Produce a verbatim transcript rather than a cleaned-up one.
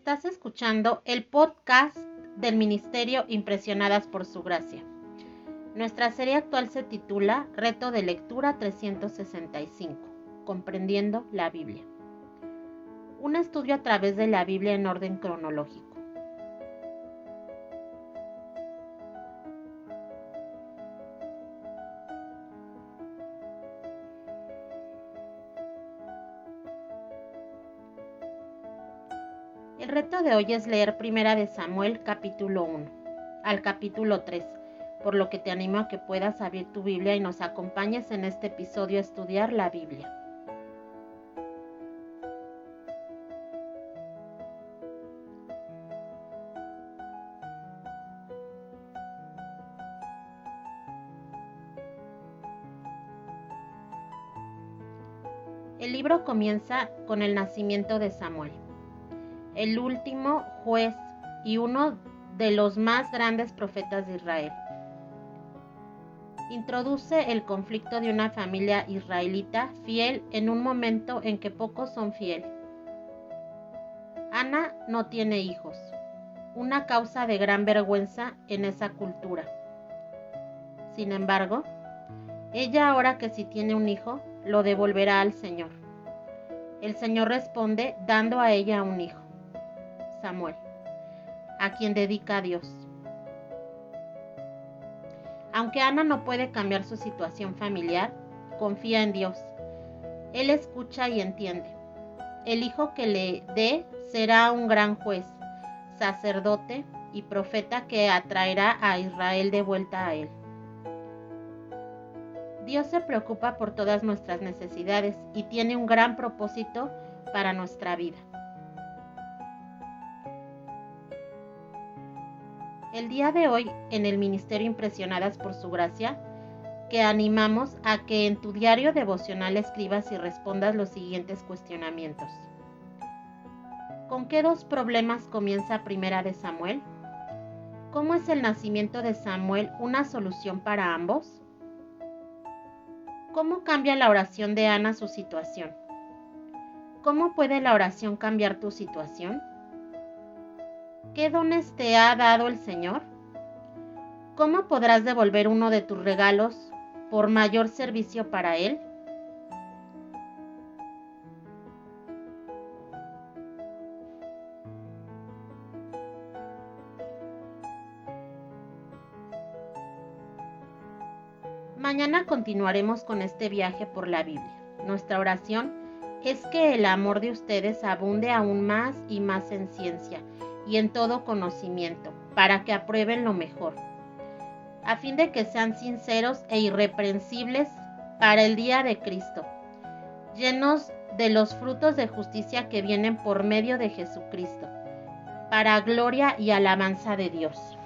Estás escuchando el podcast del Ministerio Impresionadas por Su Gracia. Nuestra serie actual se titula Reto de Lectura trescientos sesenta y cinco, Comprendiendo la Biblia. Un estudio a través de la Biblia en orden cronológico. El reto de hoy es leer Primera de Samuel capítulo uno al capítulo tres, por lo que te animo a que puedas abrir tu Biblia y nos acompañes en este episodio a estudiar la Biblia. El libro comienza con el nacimiento de Samuel, el último juez y uno de los más grandes profetas de Israel. Introduce el conflicto de una familia israelita fiel en un momento en que pocos son fieles. Ana no tiene hijos, una causa de gran vergüenza en esa cultura. Sin embargo, ella ahora que sí tiene un hijo, lo devolverá al Señor. El Señor responde dando a ella un hijo, Samuel, a quien dedica a Dios. Aunque Ana no puede cambiar su situación familiar, confía en Dios. Él escucha y entiende. El hijo que le dé será un gran juez, sacerdote y profeta que atraerá a Israel de vuelta a él. Dios se preocupa por todas nuestras necesidades y tiene un gran propósito para nuestra vida. El día de hoy, en el Ministerio Impresionadas por Su Gracia, que animamos a que en tu diario devocional escribas y respondas los siguientes cuestionamientos. ¿Con qué dos problemas comienza Primera de Samuel? ¿Cómo es el nacimiento de Samuel una solución para ambos? ¿Cómo cambia la oración de Ana su situación? ¿Cómo puede la oración cambiar tu situación? ¿Qué dones te ha dado el Señor? ¿Cómo podrás devolver uno de tus regalos por mayor servicio para Él? Mañana continuaremos con este viaje por la Biblia. Nuestra oración es que el amor de ustedes abunde aún más y más en ciencia y en todo conocimiento, para que aprueben lo mejor, a fin de que sean sinceros e irreprensibles para el día de Cristo, llenos de los frutos de justicia que vienen por medio de Jesucristo, para gloria y alabanza de Dios.